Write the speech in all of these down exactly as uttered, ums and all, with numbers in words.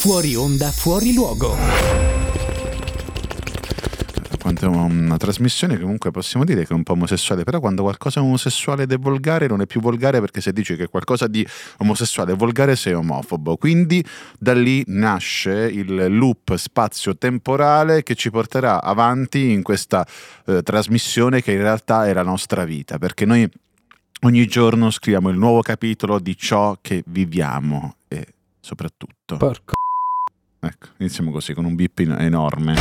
Fuori onda, fuori luogo. Quanto è una trasmissione che comunque possiamo dire che è un po' omosessuale, però quando qualcosa è omosessuale ed è volgare non è più volgare, perché se dici che qualcosa di omosessuale è volgare sei omofobo. Quindi da lì nasce il loop spazio-temporale che ci porterà avanti in questa eh, trasmissione che in realtà è la nostra vita, perché noi ogni giorno scriviamo il nuovo capitolo di ciò che viviamo e soprattutto... Porco. Ecco, iniziamo così con un bip enorme.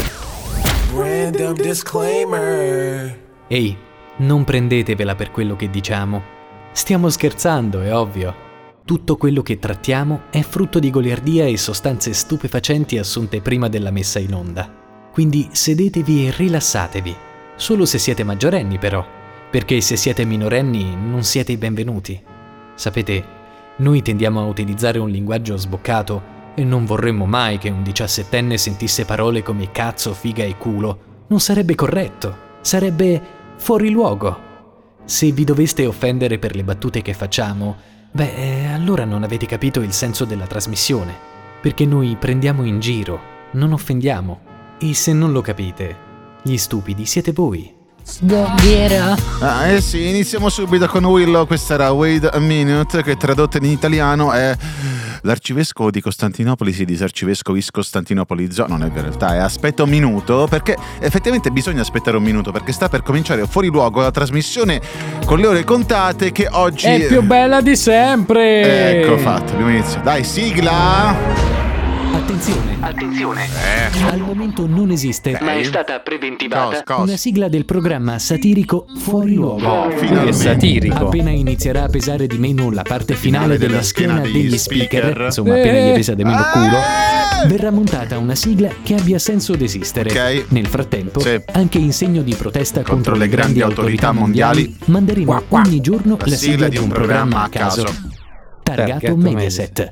Random disclaimer. Ehi, non prendetevela per quello che diciamo. Stiamo scherzando, è ovvio. Tutto quello che trattiamo è frutto di goliardia e sostanze stupefacenti assunte prima della messa in onda. Quindi sedetevi e rilassatevi. Solo se siete maggiorenni, però, perché se siete minorenni non siete i benvenuti. Sapete, noi tendiamo a utilizzare un linguaggio sboccato e non vorremmo mai che un diciassettenne sentisse parole come cazzo, figa e culo. Non sarebbe corretto, sarebbe fuori luogo. Se vi doveste offendere per le battute che facciamo, beh, allora non avete capito il senso della trasmissione, perché noi prendiamo in giro, non offendiamo. E se non lo capite, gli stupidi siete voi. Sgobbiera. Ah, eh sì, iniziamo subito con Willow. Questa era Wait a Minute, che tradotto in italiano è l'arcivescovo di Costantinopoli si disarcivescovis Costantinopoli. Non è vero, in realtà è aspetta un minuto, perché effettivamente bisogna aspettare un minuto, perché sta per cominciare Fuori Luogo, la trasmissione con le ore contate che oggi è più bella di sempre. Ecco fatto, abbiamo iniziato. Dai, sigla. Attenzione, attenzione. Eh. Al momento non esiste, Dai. ma è stata preventivata Cos, cos. una sigla del programma satirico Fuori Luogo. Oh, Che finalmente. satirico. Appena inizierà a pesare di meno la parte finale della schiena degli speaker, insomma Eh. appena gli pesa di meno il culo, Eh. verrà montata una sigla che abbia senso d'esistere. Ok. Nel frattempo, Sì. anche in segno di protesta contro, Contro le grandi autorità mondiali, manderemo Qua, qua. ogni giorno la, sigla di un programma a caso. targato Targato Mediaset.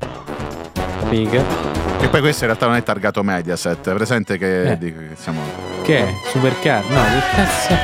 Figa. E poi questo in realtà non è targato Mediaset, è presente che, Eh. di- che siamo... Che è? Supercar? No, che cazzo.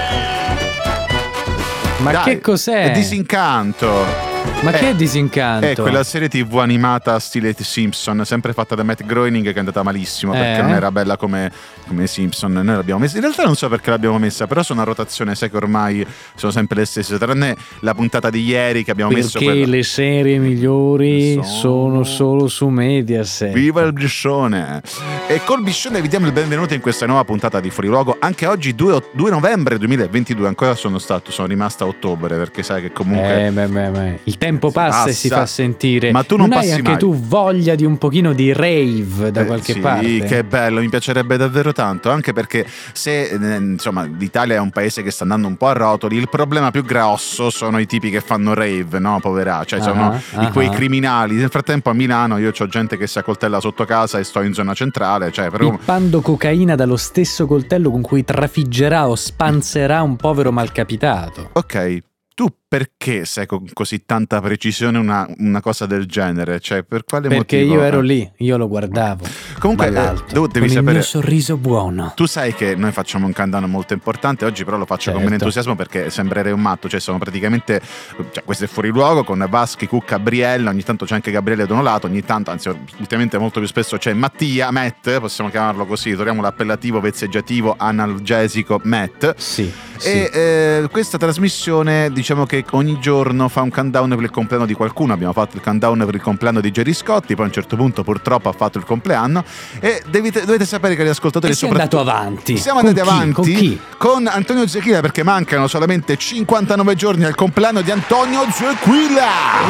Ma Dai, che cos'è? È Disincanto. Ma Eh, che è Disincanto? È quella serie tv animata stile Simpson, sempre fatta da Matt Groening, che è andata malissimo perché Eh? non era bella come, come Simpson. Noi l'abbiamo messa. In realtà non so perché l'abbiamo messa, però sono a rotazione, sai che ormai sono sempre le stesse, tranne la puntata di ieri che abbiamo messo. Perché quella- le serie migliori Sono- sono solo su Mediaset. Viva il Biscione! E col Biscione vi diamo il benvenuto in questa nuova puntata di Fuori Luogo. Anche oggi due novembre duemilaventidue, ancora sono stato, sono rimasta a ottobre, perché sai che comunque... Eh, beh, beh, beh. Il tempo passa, Passa. e si fa sentire. Ma tu non hai passi anche mai. tu voglia di un pochino di rave da Eh, qualche sì, parte? che bello, mi piacerebbe davvero tanto, anche perché se eh, insomma l'Italia è un paese che sta andando un po' a rotoli, il problema più grosso sono i tipi che fanno rave, no, povera, cioè sono Ah, i, quei ah. criminali. Nel frattempo a Milano io ho gente che si accoltella sotto casa e sto in zona centrale, cioè però... Pippando cocaina dallo stesso coltello con cui trafiggerà o spanzerà un povero malcapitato. Ok, tu perché sai con così tanta precisione una, una cosa del genere? Cioè, per quale Perché motivo? io ero Eh, lì, io lo guardavo. Comunque, dall'alto, eh, tu devi con il sapere... mio sorriso buono. Tu sai che noi facciamo un countdown molto importante, oggi però lo faccio con Certo. meno entusiasmo perché sembrerei un matto, cioè sono praticamente, cioè questo è Fuori Luogo con Vaschi, Cucca, Gabriella, ogni tanto c'è anche Gabriele Donolato, ogni tanto, anzi ultimamente molto più spesso c'è Mattia, Matt, possiamo chiamarlo così, troviamo l'appellativo vezzeggiativo analgesico Matt. Sì, sì. E eh, questa trasmissione diciamo che ogni giorno fa un countdown per il compleanno di qualcuno. Abbiamo fatto il countdown per il compleanno di Gerry Scotti, poi a un certo punto purtroppo ha fatto il compleanno e dovete, dovete sapere che gli ascoltatori E si è andato avanti. siamo Con andati chi? avanti Con chi? con Antonio Zecchila, perché mancano solamente cinquantanove giorni al compleanno di Antonio Zecchila.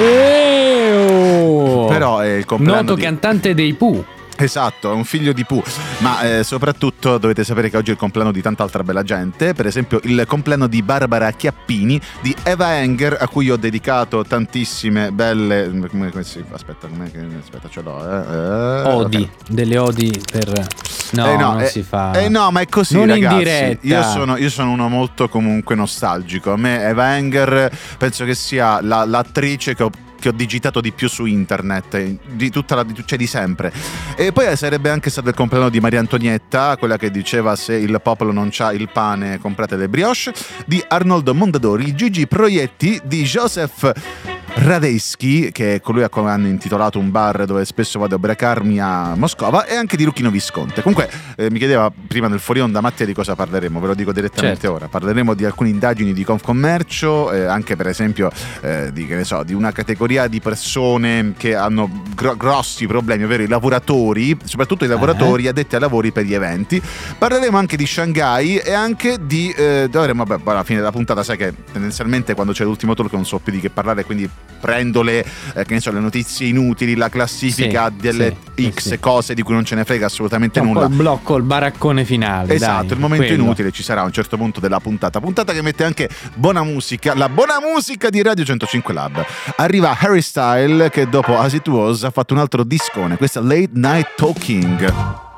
Eo! Però è il compleanno Noto di... cantante dei Pooh. Esatto, è un figlio di Pooh, ma eh, soprattutto dovete sapere che oggi è il compleanno di tanta altra bella gente, per esempio il compleanno di Barbara Chiappini, di Eva Enger, a cui ho dedicato tantissime belle... Come, come si... Aspetta, com'è che... Aspetta, ce l'ho, eh. eh Odi, ok. delle odi per... No, Eh non eh, si fa. Eh no, ma è così, Non in ragazzi. diretta. Io sono, io sono uno molto comunque nostalgico. A me Eva Enger penso che sia la, l'attrice che ho che ho digitato di più su internet, di tutta la, cioè di sempre. E poi sarebbe anche stato il compleanno di Maria Antonietta, quella che diceva se il popolo non c'ha il pane comprate le brioche, di Arnoldo Mondadori, Gigi Proietti, di Joseph Radetzky, che è colui a cui hanno intitolato un bar dove spesso vado a ubriacarmi a Moscova, e anche di Luchino Visconti. Comunque eh, mi chiedeva prima nel fuori onda Mattia di cosa parleremo, ve lo dico direttamente certo. ora. Parleremo di alcune indagini di Confcommercio, eh, anche per esempio eh, di, che ne so, di una categoria di persone che hanno gro- grossi problemi, ovvero i lavoratori, soprattutto i lavoratori uh-huh. addetti ai lavori per gli eventi. Parleremo anche di Shanghai e anche di eh, dovremo, vabbè, alla fine della puntata sai che tendenzialmente quando c'è l'ultimo talk non so più di che parlare, quindi prendo le, eh, che ne so, le notizie inutili, la classifica sì, delle sì, X sì. cose di cui non ce ne frega assolutamente c'è nulla. Un po' il blocco, il baraccone finale. Esatto, dai, il momento quello. inutile ci sarà a un certo punto della puntata. Puntata che mette anche buona musica, la buona musica di Radio centocinque Lab. Arriva Harry Styles che dopo As It Was ha fatto un altro discone, questa Late Night Talking.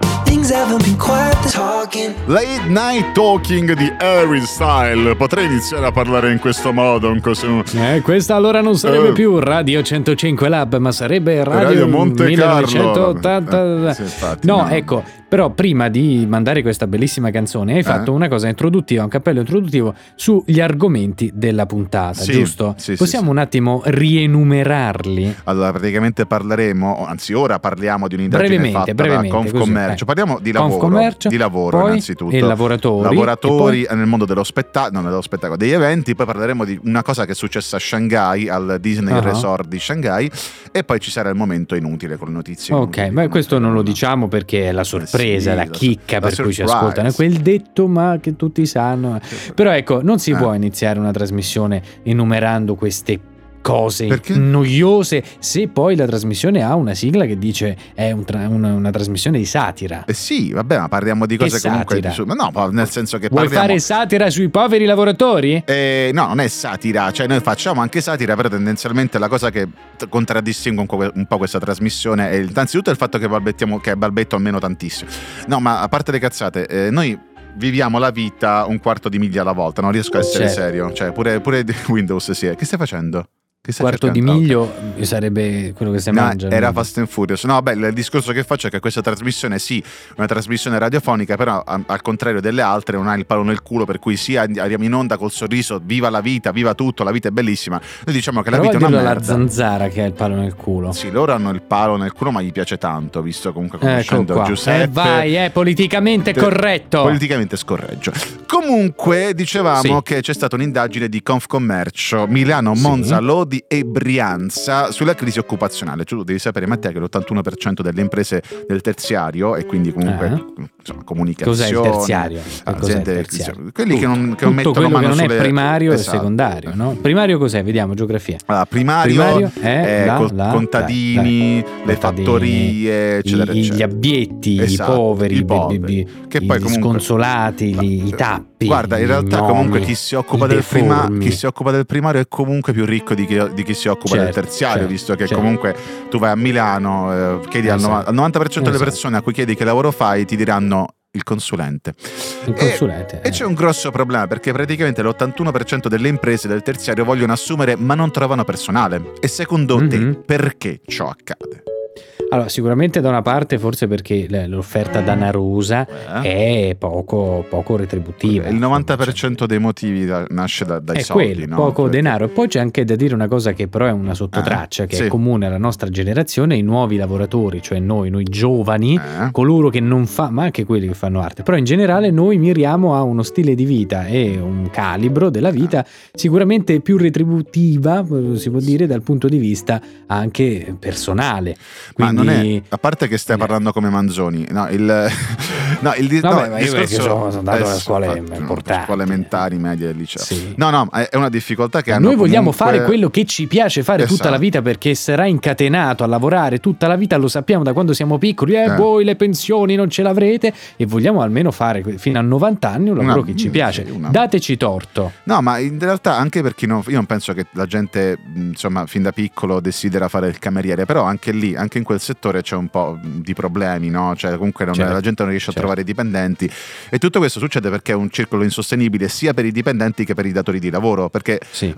Late Night Talking di Harry Styles. Potrei iniziare a parlare in questo modo un così... eh, questa allora non sarebbe uh, più Radio centocinque Lab, ma sarebbe Radio, Radio Monte millenovecentottanta. Eh, sì, infatti, no, no, ecco, però prima di mandare questa bellissima canzone hai fatto eh? una cosa introduttiva, un cappello introduttivo sugli argomenti della puntata, sì, giusto? Sì, Possiamo sì, un attimo rienumerarli? Allora, praticamente parleremo, anzi ora parliamo di un'indagine brevemente, fatta brevemente, da Confcommercio. Eh. Parliamo di lavoro, di lavoro poi, innanzitutto. E lavoratori. Lavoratori e poi... nel mondo dello spettacolo, non dello spettacolo, degli eventi. Poi parleremo di una cosa che è successa a Shanghai, al Disney uh-huh. Resort di Shanghai, e poi ci sarà il momento inutile con le notizie. Ok, inutili, ma questo non lo no. diciamo perché è la sorpresa, sì, la chicca la per cui ci surprise. ascoltano, quel detto ma che tutti sanno. Sì. Però ecco, non si eh. può iniziare una trasmissione enumerando queste cose Perché? noiose se poi la trasmissione ha una sigla che dice è un tra- una, una trasmissione di satira. Eh sì, vabbè, ma parliamo di cose che comunque satira? Ma no, nel senso che vuoi parliamo... fare satira sui poveri lavoratori? Eh, no, non è satira, cioè noi facciamo anche satira, però tendenzialmente la cosa che contraddistingue un po', un po' questa trasmissione è innanzitutto il fatto che balbettiamo, che balbetto almeno tantissimo. No, ma a parte le cazzate, eh, noi viviamo la vita un quarto di miglia alla volta, non riesco a essere certo. serio, cioè pure, pure Windows sì. Che stai facendo? Che quarto di cercando? miglio okay. sarebbe quello che si no, mangia. Era no? Fast and Furious. No, beh, il discorso che faccio è che questa trasmissione sì, è una trasmissione radiofonica, però a, al contrario delle altre non ha il palo nel culo, per cui sì, andiamo in onda col sorriso, viva la vita, viva tutto, la vita è bellissima. Noi diciamo che però la vita è una merda. La zanzara che ha il palo nel culo. Sì, loro hanno il palo nel culo, ma gli piace tanto, visto comunque conoscendo ecco Giuseppe. Eh vai, è politicamente te, corretto. Politicamente scorreggio. Comunque dicevamo sì. che c'è stata un'indagine di Confcommercio, Milano, Monza, sì. Lodi e Brianza sulla crisi occupazionale. Cioè, tu devi sapere, Mattia, che l'ottantuno per cento delle imprese del terziario, e quindi comunque eh. insomma, comunicazione, cos'è il terziario? aziende, il terziario? quelli tutto, che non, che non mettono quello mano che non sulle... è primario esatto. e secondario, no? Primario cos'è? Vediamo, geografia. Allora, primario, primario è, è la, col- la, contadini, dai, dai. le fattorie, eccetera, i, eccetera. gli abietti, esatto, i poveri, i poveri. Bi, bi, che i, poi gli comunque, sconsolati, gli, i tappi. Guarda, in realtà nomi, comunque chi si occupa del prima, chi si occupa del primario è comunque più ricco di chi, di chi si occupa certo, del terziario, certo, visto che certo. comunque tu vai a Milano, eh, chiedi esatto. al, al novanta per cento delle persone a cui chiedi che lavoro fai ti diranno il consulente. Il consulente e, eh. e c'è un grosso problema, perché praticamente l'ottantuno per cento delle imprese del terziario vogliono assumere ma non trovano personale. E secondo mm-hmm. te perché ciò accade? Allora, sicuramente da una parte forse perché l'offerta danarosa eh. è poco, poco retributiva. Il novanta per cento dei motivi da, nasce da, dai è soldi, quello, no? poco perché... denaro. E poi c'è anche da dire una cosa che però è una sottotraccia, eh, che sì. è comune alla nostra generazione, i nuovi lavoratori, cioè noi, noi giovani, eh. coloro che non fa, ma anche quelli che fanno arte. Però in generale noi miriamo a uno stile di vita e un calibro della vita eh. sicuramente più retributiva, si può dire, dal punto di vista anche personale. Quindi, ma non è, a parte che stai parlando come Manzoni, no, il, no, il, no, no, beh, il io discorso sono andato alle scuole importanti, scuole elementari, medie e liceo. Sì. No, no, è una difficoltà che ma hanno. Noi vogliamo comunque... fare quello che ci piace fare esatto. tutta la vita, perché sarà incatenato a lavorare tutta la vita, lo sappiamo da quando siamo piccoli, eh, eh. voi le pensioni non ce l'avrete, e vogliamo almeno fare fino a novanta anni un lavoro una, che ci piace. Una... Dateci torto. No, ma in realtà anche per chi non, io non penso che la gente, insomma, fin da piccolo desidera fare il cameriere, però anche lì, anche in quel settore c'è un po' di problemi, no? Cioè comunque non, certo, la gente non riesce certo. a trovare dipendenti, e tutto questo succede perché è un circolo insostenibile sia per i dipendenti che per i datori di lavoro, perché sì. ah,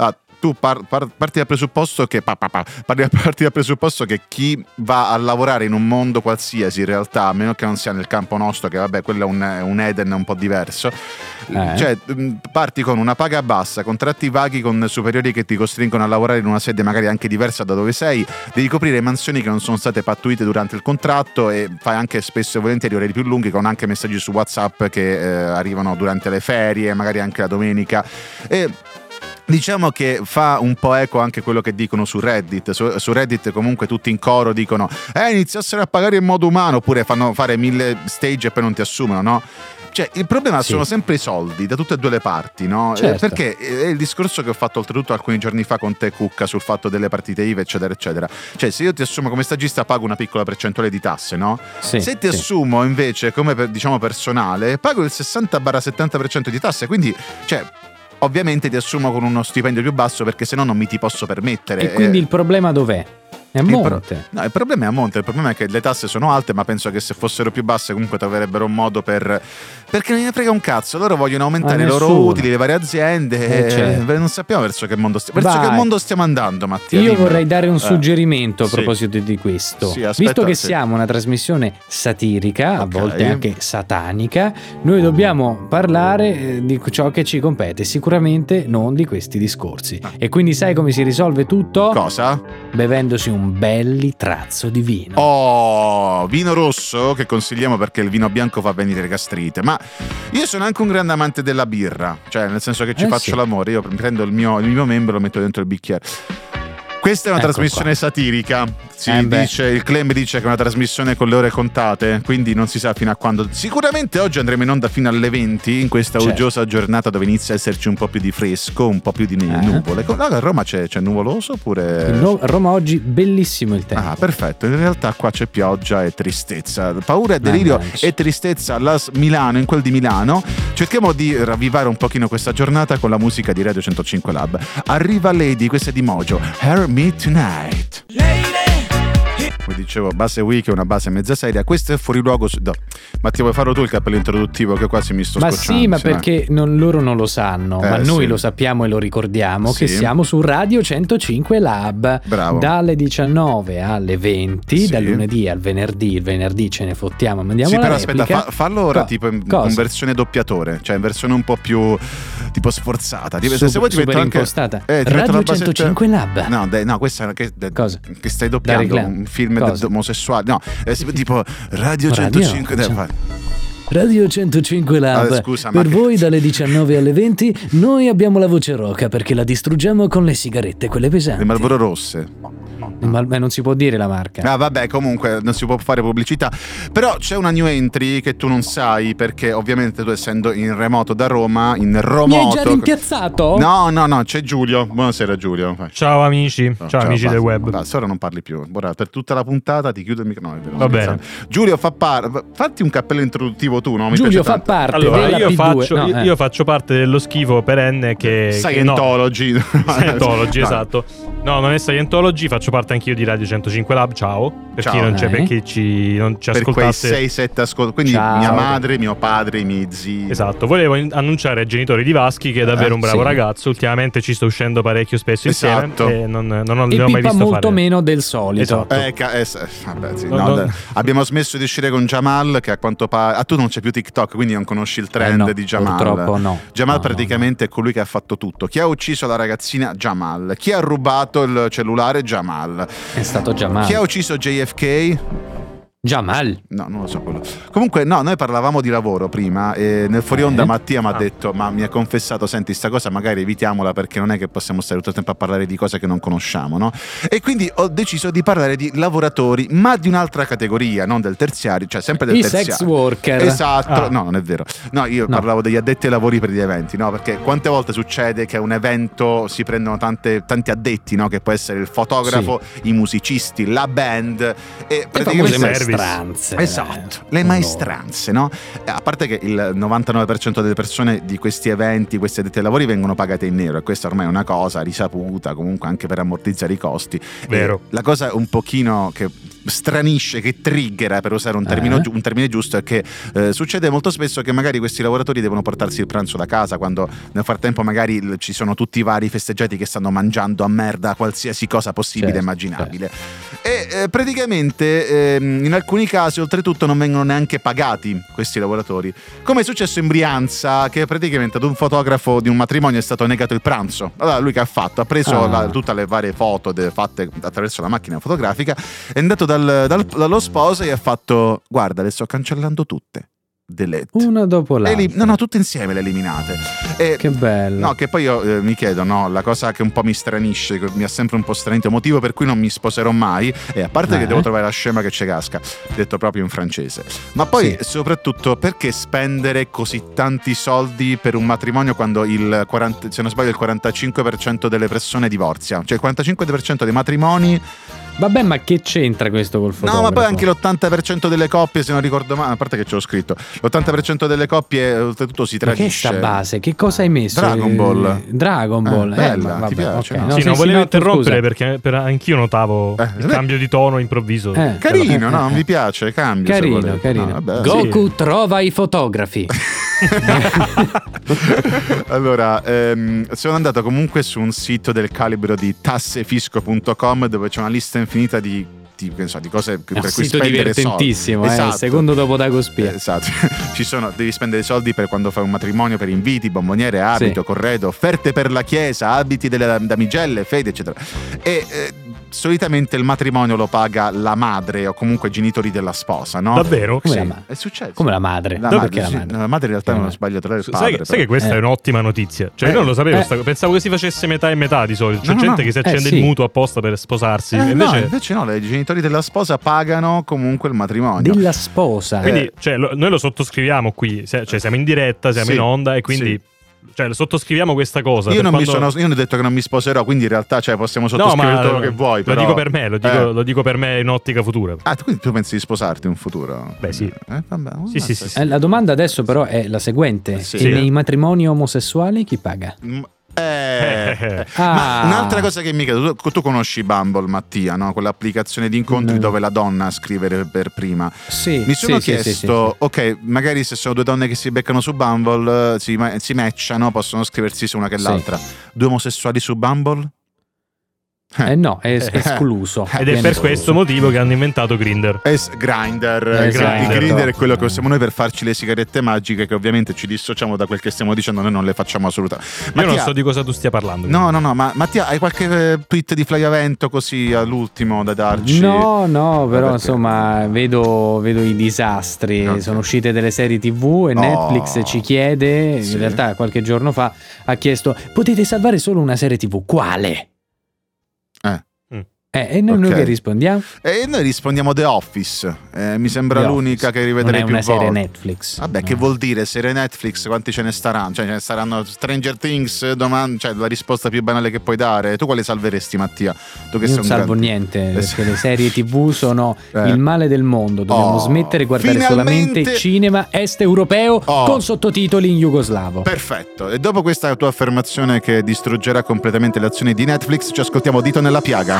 tu par, par, parti dal presupposto che pa, pa, pa, parti, parti dal presupposto che chi va a lavorare in un mondo qualsiasi, in realtà, a meno che non sia nel campo nostro, che vabbè, quello è un, un Eden un po' diverso, eh. cioè parti con una paga bassa, contratti vaghi con superiori che ti costringono a lavorare in una sede magari anche diversa da dove sei, devi coprire mansioni che non sono state pattuite durante il contratto e fai anche spesso e volentieri orari più lunghi, con anche messaggi su WhatsApp che eh, arrivano durante le ferie, magari anche la domenica. E diciamo che fa un po' eco anche quello che dicono su Reddit. Su, su Reddit comunque tutti in coro dicono eh iniziassero a pagare in modo umano, oppure fanno fare mille stage e poi non ti assumono, no? Cioè, il problema sì. sono sempre i soldi da tutte e due le parti, no? Certo. Eh, perché è il discorso che ho fatto oltretutto alcuni giorni fa con te, Cucca, sul fatto delle partite I V A, eccetera, eccetera. Cioè, se io ti assumo come stagista pago una piccola percentuale di tasse, no? Sì, se ti sì. assumo invece come per, diciamo personale, pago il sessanta settanta per cento di tasse, quindi, cioè, ovviamente ti assumo con uno stipendio più basso perché sennò non mi ti posso permettere. E quindi eh, il problema dov'è? È a monte. Il, pro- no, il problema è a monte, il problema è che le tasse sono alte, ma penso che se fossero più basse comunque troverebbero un modo per... Perché non ne frega un cazzo, loro vogliono aumentare i loro utili, le varie aziende, eh, certo. non sappiamo verso che mondo stiamo, verso che mondo stiamo andando, Mattia. Io dimmi. vorrei dare un eh. suggerimento a sì. proposito di questo. Sì, aspetta, Visto che sì. siamo una trasmissione satirica, okay. a volte anche satanica, noi dobbiamo parlare di ciò che ci compete, sicuramente non di questi discorsi. Ah. E quindi sai come si risolve tutto? Cosa? Bevendosi un bel litrazzo di vino. Oh, vino rosso che consigliamo perché il vino bianco fa venire gastrite. Ma io sono anche un grande amante della birra, cioè nel senso che ci eh faccio sì. l'amore, io prendo il mio, il mio membro e lo metto dentro il bicchiere. Questa è una Ecco trasmissione qua. satirica. Si Eh dice, il claim dice che è una trasmissione con le ore contate, quindi non si sa fino a quando. Sicuramente oggi andremo in onda fino alle venti, in questa certo. uggiosa giornata dove inizia a esserci un po' più di fresco, un po' più di eh. nuvole. No, a Roma c'è, c'è nuvoloso oppure. No, a Roma oggi bellissimo il tempo. Ah, perfetto. In realtà qua c'è pioggia e tristezza, paura e delirio Mannaggia. e tristezza alla Milano, in quel di Milano. Cerchiamo di ravvivare un pochino questa giornata con la musica di Radio centocinque Lab. Arriva Lady, questa è di Mojo, Hear Me Tonight. Come dicevo, base wiki è una base mezza seria. Questo è fuori luogo su... no. Mattia, vuoi farlo tu il cappello introduttivo che quasi mi sto ma scocciando? sì, ma sì, perché non, loro non lo sanno, Eh, ma noi sì. lo sappiamo e lo ricordiamo Sì. che siamo su Radio centocinque Lab. Bravo. Dalle diciannove alle venti, Sì. dal lunedì al venerdì. Il venerdì ce ne fottiamo, mandiamo Sì, la però replica. aspetta, fa, fallo ora Co- tipo in, cosa? in versione doppiatore, cioè in versione un po' più tipo sforzata. Tipo, Super- se vuoi ti super metto anche impostata. eh, ti metto Radio la basetta- centocinque Lab. No, dai, no, questa che, Cosa? che stai doppiando reclamo. un film Cosa? omosessuale. No, è tipo Radio Radio, centocinque. Dai, cioè- vai. Radio centocinque Lab. Ah, scusa, ma per che- voi dalle diciannove alle venti noi abbiamo la voce roca perché la distruggiamo con le sigarette, quelle pesanti. Le Marlboro rosse. Ma, ma non si può dire la marca. Ah, vabbè, comunque non si può fare pubblicità. Però c'è una new entry che tu non sai, perché ovviamente tu, essendo in remoto da Roma, in Mi hai remoto. già rimpiazzato? No, no, no, c'è Giulio. Buonasera, Giulio. Vai. Ciao amici, Oh, ciao, amici basta, del web. Basta, ora non parli più. Ora per tutta la puntata ti chiudo il microfono. No, è vero, Va sto bene. scherzando. Giulio fa parte. Fatti un cappello introduttivo tu, no? Mi Giulio piace fa tanto. parte Allora, della io P due. faccio, No, io, eh. io faccio parte dello schifo perenne che... Scientology. che no, Scientology, No. esatto. No, non è Scientology, faccio parte anch'io di Radio centocinque Lab, ciao. Per Ciao. chi non c'è, Eh. per chi ci, non ci Per quei ascoltasse. sei sette ascolti. Quindi Ciao. mia madre, mio padre, i miei zii. Esatto, volevo in- annunciare ai genitori di Vaschi che è davvero Eh, un bravo sì. ragazzo. Ultimamente ci sto uscendo parecchio spesso insieme Esatto. e non, non, ho- E ne ho mai pipa visto molto fare. meno del solito. Esatto. Eh, ca- eh, s- vabbè, sì, No, no, no. dai. Abbiamo smesso di uscire con Jamal, che a quanto pare. Ah, tu non c'è più TikTok, quindi non conosci il trend Eh no, di Jamal. purtroppo no. Jamal No, no, praticamente è colui che ha fatto tutto. Chi ha ucciso la ragazzina? Jamal. Chi ha rubato il cellulare? Jamal. È stato Jamal. Chi ha ucciso J F K? Jamal. No, non lo so quello. Comunque, no, noi parlavamo di lavoro prima e nel fuori onda Eh? Mattia mi ha Ah. detto, ma mi ha confessato, senti, sta cosa magari evitiamola perché non è che possiamo stare tutto il tempo a parlare di cose che non conosciamo, no? E quindi ho deciso di parlare di lavoratori, ma di un'altra categoria, non del terziario, cioè sempre del I terziario. sex worker. Esatto, Ah. no, non è vero. No, io No. parlavo degli addetti ai lavori per gli eventi, no? Perché quante volte succede che a un evento si prendono tante, tanti addetti, no? Che può essere il fotografo, i musicisti, la band e Le famose praticamente service. maestranze. Esatto, eh, le con maestranze, no? A parte che il novantanove per cento delle persone di questi eventi, questi addetti ai lavori vengono pagate in nero e questa ormai è una cosa risaputa comunque anche per ammortizzare i costi. Vero. E la cosa un pochino che stranisce, che triggera, per usare un termine, uh-huh. un termine giusto, è che eh, succede molto spesso che magari questi lavoratori devono portarsi il pranzo da casa, quando nel frattempo magari ci sono tutti i vari festeggiati che stanno mangiando a merda qualsiasi cosa possibile e certo, immaginabile. Certo. E eh, praticamente eh, in alcuni casi oltretutto non vengono neanche pagati questi lavoratori, come è successo in Brianza, che praticamente ad un fotografo di un matrimonio è stato negato il pranzo. Allora lui che ha fatto? Ha preso ah. la, tutte le varie foto de, fatte attraverso la macchina fotografica, è andato dal, dal, dallo sposo e ha fatto: guarda, le sto cancellando tutte, delete, una dopo l'altra. Elim- no no tutte insieme le eliminate. E, che bello. No, che poi io eh, mi chiedo, no, la cosa che un po' mi stranisce, che mi ha sempre un po' stranito, motivo per cui non mi sposerò mai, e a parte eh. che devo trovare la scema che ci casca, detto proprio in francese, ma poi sì. soprattutto perché spendere così tanti soldi per un matrimonio quando il quaranta, se non sbaglio il quarantacinque per cento delle persone divorzia, cioè il quarantacinque per cento dei matrimoni. Vabbè, ma che c'entra questo col fotografo? No, ma poi anche l'ottanta per cento delle coppie, se non ricordo male, a parte che ce l'ho scritto, l'ottanta per cento delle coppie oltretutto si tradisce. Ma che sta base? Che cosa hai messo? Dragon Ball. Dragon Ball. Eh, bella, eh, vabbè, ti piace? Okay. No? Sì, sì, non sì, volevo no, interrompere scusa. perché per, anch'io notavo eh, il cambio di tono improvviso. Eh, carino, eh, no? eh. Mi piace, cambio. Carino, carino. No, vabbè, Goku sì. trova i fotografi. Allora, ehm, sono andato comunque su un sito del calibro di tassefisco punto com, dove c'è una lista infinita di Di, so, di cose per è un cui sito spendere divertentissimo, soldi. eh, Esatto. il secondo dopo Dagospia. Esatto. Ci sono, devi spendere soldi per quando fai un matrimonio, per inviti, bomboniere, abito, sì. corredo, offerte per la chiesa, abiti delle damigelle, fede, eccetera. E eh, solitamente il matrimonio lo paga la madre o comunque i genitori della sposa, no? Davvero? Come sì, la ma- è successo. Come la madre? La, no, madre, perché sì, la madre? la madre in realtà Come non sbaglio, tra il padre. Sai, che, sai che questa eh. è un'ottima notizia? Cioè, Eh. io non lo sapevo, Eh. sta- pensavo che si facesse metà e metà di solito. C'è No, no, gente no. che si Eh, accende sì. il mutuo apposta per sposarsi. Eh, invece... no, invece no, i genitori della sposa pagano comunque il matrimonio. Della sposa. Quindi Eh. cioè, lo- noi lo sottoscriviamo qui, se- cioè siamo in diretta, siamo Sì, in onda e quindi sì. cioè, lo sottoscriviamo questa cosa. Io per non, quando... mi sono, io non ho detto che non mi sposerò, quindi in realtà cioè, possiamo No, sottoscrivere ma tutto quello che vuoi. lo Però... dico per me, lo dico, Eh. lo dico per me in ottica futura. Ah, quindi tu pensi di sposarti in futuro? Beh, sì. Eh, vabbè, Sì, sì, sì, sì. Eh, la domanda adesso però è la seguente: Sì. e nei matrimoni omosessuali chi paga? Mm, Eh, Ah. Ma un'altra cosa che mi chiedo, tu, tu conosci Bumble, Mattia, no? Quell'applicazione di incontri No. dove la donna scrive per prima. Sì, Mi sono sì, chiesto, sì, sì, sì. ok, magari se sono due donne che si beccano su Bumble, si, si matchano, possono scriversi sia una che Sì. l'altra. Due omosessuali su Bumble? Eh no, è es- escluso. Ed è Viene per escluso. questo motivo che hanno inventato Grindr. Es- Grindr, Esatto. il Grindr è quello che usiamo noi per farci le sigarette magiche, che ovviamente ci dissociamo da quel che stiamo dicendo, noi non le facciamo assolutamente. Io non so di cosa tu stia parlando. No, no, no, ma Mattia, hai qualche eh, tweet di Flyavento così all'ultimo da darci? No, no, però perché? insomma vedo, vedo i disastri. Ok. Sono uscite delle serie tivù e Oh. Netflix ci chiede, Sì. in realtà qualche giorno fa ha chiesto: potete salvare solo una serie tivù, quale? Eh. Eh, e noi, noi Ok. che rispondiamo? E noi rispondiamo The Office. Eh, mi sembra The l'unica Office. che rivedrei Non è più una serie volte. Netflix. Vabbè, No. che vuol dire serie Netflix? Quanti ce ne staranno? Cioè, ce ne saranno Stranger Things, domani, cioè la risposta più banale che puoi dare. Tu quale salveresti, Mattia? Tu che Io sei non un salvo grande- niente, Eh, perché le serie tivù sono Eh. il male del mondo. Dobbiamo Oh, smettere di guardare finalmente- solamente cinema est europeo Oh. con sottotitoli in jugoslavo. Perfetto. E dopo questa tua affermazione che distruggerà completamente le azioni di Netflix, ci ascoltiamo Dito nella piaga.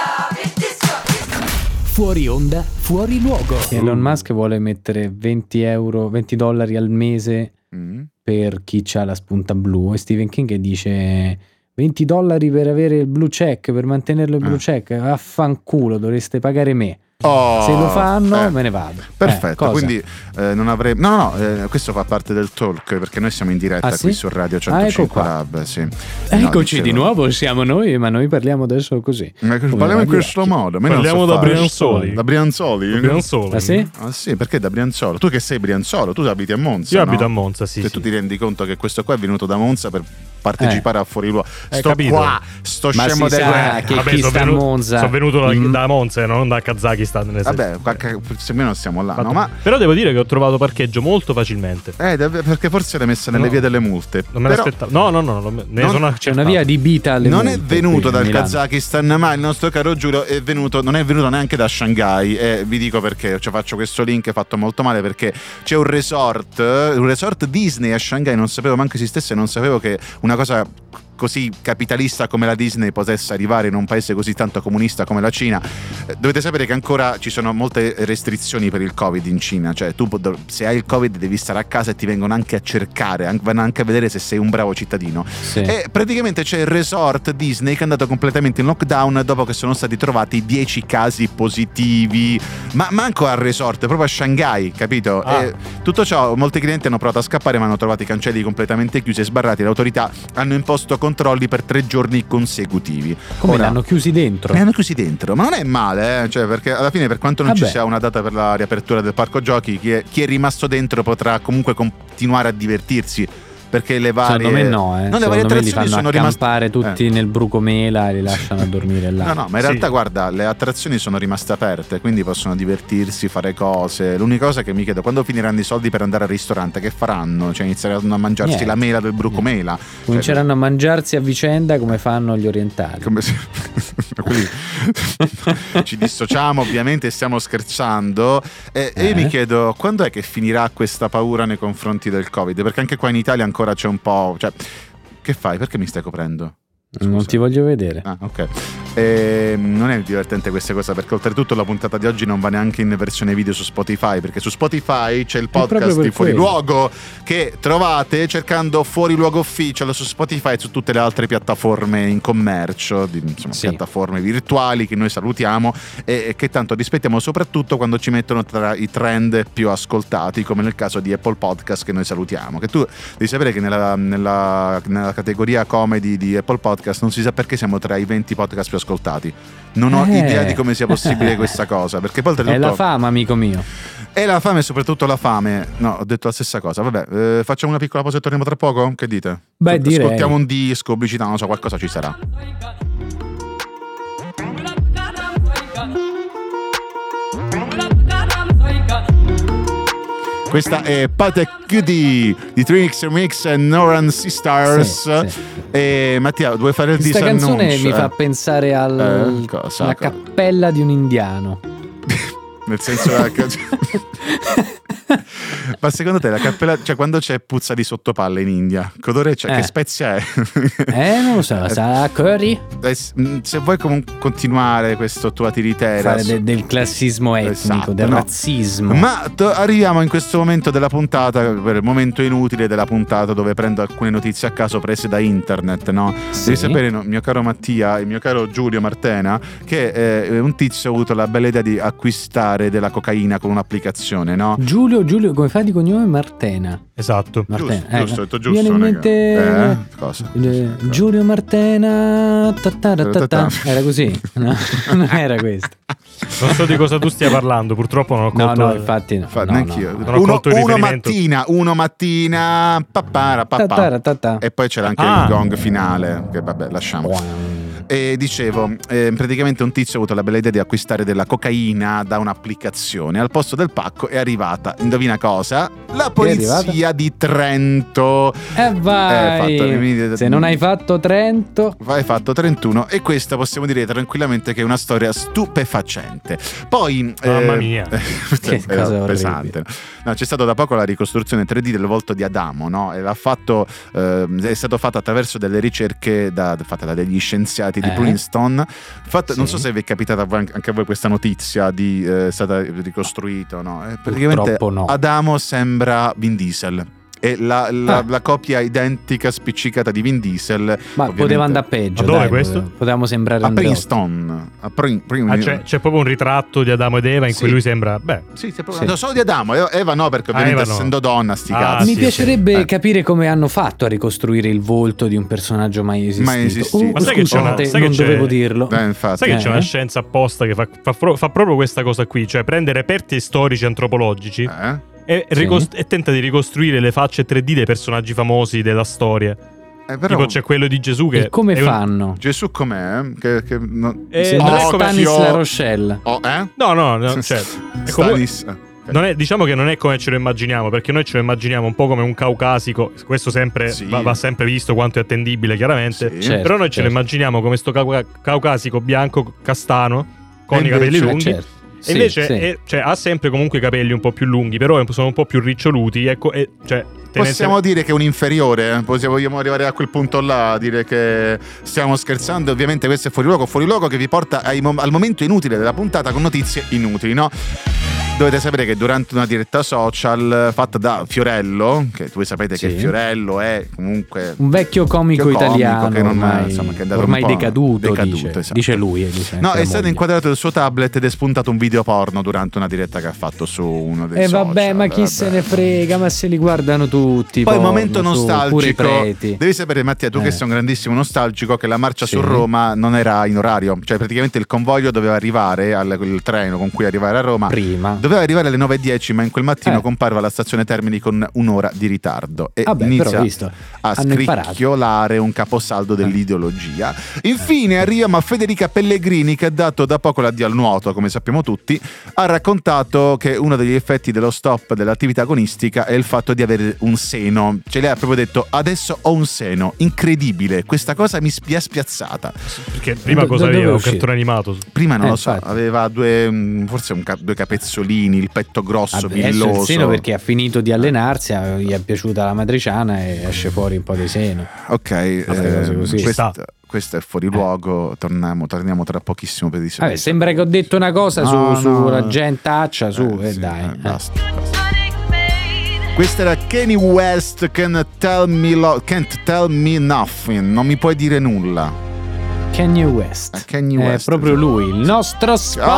Fuori onda, fuori luogo. Elon Musk vuole mettere venti euro, venti dollari al mese Mm. per chi ha la spunta blu, e Stephen King dice venti dollari per avere il blue check, per mantenerlo il blue Eh. check, vaffanculo, dovreste pagare me. Oh, Se lo fanno eh. me ne vado. Perfetto, Eh, cosa? quindi eh, non avrei. No, no, eh, questo fa parte del talk, perché noi siamo in diretta Ah, qui sì? su Radio Ah, ecco centocinque qua. Lab. Sì. No, Eccoci dicevo- di nuovo, siamo noi, ma noi parliamo adesso così. Eh, Come Parliamo in Radio questo Vecchio. modo. ma io non Parliamo so da fare. Brianzoli. Da Brianzoli? Da Brianzoli. Ah, sì? Ah sì, perché da Brianzolo? Tu che sei Brianzolo, tu abiti a Monza. Io no? abito a Monza, sì. Se sì. tu ti rendi conto che questo qua è venuto da Monza per partecipare a Fuori Luogo. Hai Sto capito? qua, sto Ma scemo si dei sa guerri. che Vabbè, chi sono sta a venuto, Monza sono venuto da, Mm. da Monza e non da Kazakistan. nel senso. Vabbè, qualche- se almeno stiamo là, no? Ma Però devo dire che ho trovato parcheggio molto facilmente. eh, dav- perché forse l'hai messa nelle No. vie delle multe. Non me Però l'aspettavo. No, no, no, no, ne Non- sono C'è accertato. una via di Bita alle non è multe venuto qui a dal Milano. Kazakistan, ma il nostro caro Giulio è venuto, non è venuto neanche da Shanghai. E vi dico perché, cioè faccio questo link fatto molto male, perché c'è un resort, un resort Disney a Shanghai, non sapevo manco esistesse, non sapevo che una cosa così capitalista come la Disney potesse arrivare in un paese così tanto comunista come la Cina. Dovete sapere che ancora ci sono molte restrizioni per il Covid in Cina, cioè tu se hai il Covid devi stare a casa e ti vengono anche a cercare, vanno anche a vedere se sei un bravo cittadino. Sì. E praticamente c'è il resort Disney che è andato completamente in lockdown dopo che sono stati trovati dieci casi positivi, ma manco al resort, proprio a Shanghai, capito? Ah. E tutto ciò, molti clienti hanno provato a scappare ma hanno trovato i cancelli completamente chiusi e sbarrati. Le autorità hanno imposto controlli per tre giorni consecutivi. Come Ora, li hanno chiusi dentro? Li hanno chiusi dentro, ma non è male, eh? Cioè, perché alla fine, per quanto non Vabbè. ci sia una data per la riapertura del parco giochi, chi è, chi è rimasto dentro potrà comunque continuare a divertirsi. Perché le varie Secondo me no, eh. no, le varie attrazioni sono sono rimaste tutti eh. nel brucomela e li lasciano a dormire là. No, no, ma in sì. realtà guarda, le attrazioni sono rimaste aperte, quindi possono divertirsi, fare cose. L'unica cosa che mi chiedo, quando finiranno i soldi per andare al ristorante, che faranno? Cioè inizieranno a mangiarsi Niente. la mela del brucomela. Niente. Cominceranno cioè, a mangiarsi a vicenda come fanno gli orientali. Come se... Quindi, ci dissociamo ovviamente, stiamo scherzando e, eh. e io mi chiedo quando è che finirà questa paura nei confronti del Covid, perché anche qua in Italia ancora c'è un po', cioè, che fai? Perché mi stai coprendo? Scusa. Non ti voglio vedere. Ah, ok. E, non è divertente questa cosa, perché oltretutto la puntata di oggi non va neanche in versione video su Spotify, perché su Spotify c'è il podcast di Fuori quello. Luogo che trovate cercando Fuori Luogo Official su Spotify e su tutte le altre piattaforme in commercio, di, insomma, sì. piattaforme virtuali che noi salutiamo e, e che tanto rispettiamo, soprattutto quando ci mettono tra i trend più ascoltati, come nel caso di Apple Podcast che noi salutiamo. Che tu devi sapere che nella, nella, nella categoria comedy di Apple Podcast non si sa perché siamo tra i venti podcast più ascoltati. Non ho eh. idea di come sia possibile questa cosa, perché poi oltretutto è la fama, amico mio. È la fame e soprattutto la fame. No, ho detto la stessa cosa. Vabbè, eh, facciamo una piccola pausa e torniamo tra poco? Che dite? Beh, direi. Ascoltiamo un disco, pubblicità, non so, qualcosa ci sarà. Questa è Patek Cutie di Trinix Mix e Noran Sisters. Sì, sì. E Mattia, vuoi fare il disannuncio? Questa canzone mi eh? fa pensare alla eh, cappella di un indiano. Nel senso che... Ma secondo te la cappella, cioè quando c'è puzza di sottopalle in India, che odore c'è? Eh. Che spezia è? Eh, non lo so, sarà curry? Se vuoi comunque continuare questo tua tiritera fare de- del classismo etnico, esatto, del no. razzismo. Ma to- arriviamo in questo momento della puntata, per il momento inutile della puntata, dove prendo alcune notizie a caso prese da internet, no? Sì. Devi sapere, no, mio caro Mattia e mio caro Giulio Martena, che eh, un tizio ha avuto la bella idea di acquistare della cocaina con un'applicazione, no? Giulio, Giulio, come fai di cognome? Martena. Esatto. Martena. Giusto, eh, giusto, detto giusto. Viene in mente eh, cosa? Eh, Giulio Martena. Ta-ta-ta-ta-ta. Era così? No, non era questo. Non so di cosa tu stia parlando, purtroppo non ho colto. No, no, infatti no. Fa, no, neanch'io. no. Non ho uno, colto il uno mattina, uno mattina, papara, papà. E poi c'era anche ah. il gong finale, che vabbè, lasciamo. Wow. E dicevo, eh, praticamente un tizio ha avuto la bella idea di acquistare della cocaina da un'applicazione. Al posto del pacco è arrivata, indovina cosa? La polizia di Trento. E eh vai, eh, fatto, se non hai fatto Trento, vai fatto trentuno. E questa possiamo dire tranquillamente che è una storia stupefacente. Poi mamma mia, eh, che cosa pesante. No, c'è stata da poco la ricostruzione tre D del volto di Adamo, no? E l'ha fatto, eh, è stato fatto attraverso delle ricerche da, fatte da degli scienziati di eh. Princeton. Fatto, sì. Non so se vi è capitata anche a voi questa notizia di eh, è stata ricostruito, no? Eh, praticamente no. Adamo sembra Vin Diesel. E la, la, ah. la copia identica spiccicata di Vin Diesel. Ma poteva andare peggio. Ma dove dai, questo? Potevamo sembrare a Princeton. A Prin, Prin, ah, c'è, c'è proprio un ritratto di Adamo ed Eva in sì. cui lui sembra. Beh, sì, c'è proprio sì. solo di Adamo. Eva no, perché ovviamente ah, essendo no. donna, sti ah, cazzi. Mi piacerebbe eh. capire come hanno fatto a ricostruire il volto di un personaggio mai esistito. Mai esistito. Oh, Ma sai scusate, che c'è una, non che dovevo c'è, dirlo. Beh, infatti. Sai che eh. c'è una scienza apposta che fa, fa, fa proprio questa cosa qui, cioè prende reperti storici antropologici. Eh? E, ricost- sì. e tenta di ricostruire le facce tre D dei personaggi famosi della storia. Eh, però... Tipo c'è quello di Gesù che... E come è fanno? Un... Gesù com'è? Che, che non... eh, Sembra oh, Stanis io... La Rochelle. Oh, eh? No, no, no cioè, è come... non è, diciamo che non è come ce lo immaginiamo, perché noi ce lo immaginiamo un po' come un caucasico. Questo sempre sì. va, va sempre visto quanto è attendibile, chiaramente. Sì. Certo, però noi certo. ce lo immaginiamo come sto caucasico bianco, castano, con eh, i capelli cioè, lunghi. Certo. Sì, invece sì. È, cioè, ha sempre comunque i capelli un po' più lunghi, però sono un po' più riccioluti. Ecco, e, cioè, possiamo dire che è un inferiore, possiamo, vogliamo arrivare a quel punto là, a dire che stiamo scherzando. Ovviamente questo è Fuori Luogo, Fuori Luogo che vi porta ai, al momento inutile della puntata con notizie inutili, no? Dovete sapere che durante una diretta social fatta da Fiorello, che voi sapete sì. che Fiorello è comunque un vecchio comico, comico italiano che non ormai, insomma, che è ormai decaduto, decaduto dice, esatto. dice lui. Dice no, è stato moglie. inquadrato il suo tablet ed è spuntato un video porno durante una diretta che ha fatto su uno dei eh, social. E vabbè, ma chi vabbè. se ne frega, ma se li guardano tutti. Poi porno, momento nostalgico. Su, devi sapere, Mattia, tu eh. che sei un grandissimo nostalgico, che la marcia sì. su Roma non era in orario, cioè praticamente il convoglio doveva arrivare al il treno con cui arrivare a Roma. Prima. Doveva arrivare alle nove e dieci, ma in quel mattino eh. comparve alla stazione Termini con un'ora di ritardo e Vabbè, inizia visto. a Hanno scricchiolare un caposaldo dell'ideologia. Infine arriviamo a Federica Pellegrini, che ha dato da poco l'addio al nuoto, come sappiamo tutti. Ha raccontato che uno degli effetti dello stop dell'attività agonistica è il fatto di avere un seno. Cioè lei ha proprio detto: adesso ho un seno, incredibile, questa cosa mi ha spiazzata. Perché prima do, cosa aveva? Un cartone animato? Prima non eh, lo so, infatti. aveva due, forse un, due capezzolini, il petto grosso, villoso. Il seno perché ha finito di allenarsi, gli è piaciuta la matriciana e esce fuori un po' di seno. Ok, eh, questa, questo è Fuori Luogo, eh. torniamo, torniamo tra pochissimo per dire. Vabbè, sembra che ho detto una cosa no, su, no, sulla no. gentaccia, su, eh, e sì, dai. Eh, basta, basta. Questa era Kanye West, Can't Tell Me Lo- Can't Tell Me Nothing, non mi puoi dire nulla. Kanye West. Kanye West. È proprio lui, il nostro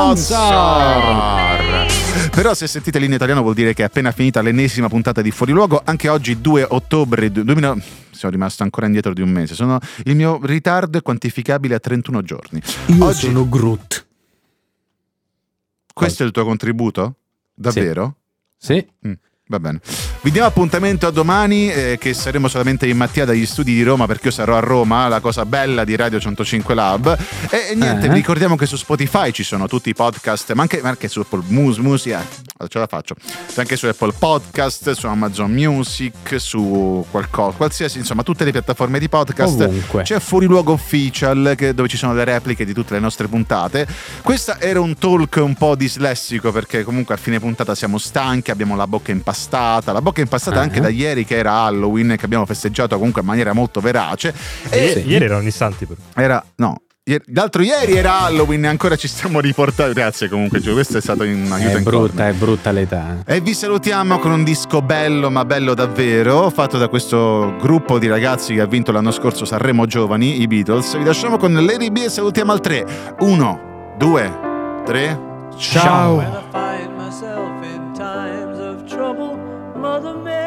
sponsor. Però se sentite l'inno italiano vuol dire che è appena finita l'ennesima puntata di Fuori Luogo. Anche oggi due ottobre duemila sono rimasto ancora indietro di un mese. Sono... il mio ritardo è quantificabile a trentuno giorni. Io oggi... sono Groot. Questo è il tuo contributo? Davvero? Sì, sì. Mm. Va bene, vi diamo appuntamento a domani, eh, che saremo solamente io e Mattia dagli studi di Roma, perché io sarò a Roma, la cosa bella di Radio centocinque Lab. E, e niente, eh. vi ricordiamo che su Spotify ci sono tutti i podcast, ma anche, ma anche su Apple Music, Music eh, ce la faccio, anche su Apple Podcast, su Amazon Music, su qualcosa, qualsiasi, insomma tutte le piattaforme di podcast. Ovunque. C'è Fuori Luogo Official, che, dove ci sono le repliche di tutte le nostre puntate. Questa era un talk un po' dislessico, perché comunque a fine puntata siamo stanchi, abbiamo la bocca impastata. La bocca impastata uh-huh. anche da ieri, che era Halloween, che abbiamo festeggiato comunque in maniera molto verace. E sì. Ieri erano istanti però. Era, no, ieri, l'altro ieri era Halloween e ancora ci stiamo riportando. Grazie comunque, cioè, questo è stato un aiuto è in brutta, corner. È brutta l'età. E vi salutiamo con un disco bello, ma bello davvero, fatto da questo gruppo di ragazzi che ha vinto l'anno scorso Sanremo Giovani, i Beatles. Vi lasciamo con Lady B e salutiamo al tre. Uno, due, tre. Ciao. Ciao. Mother Mary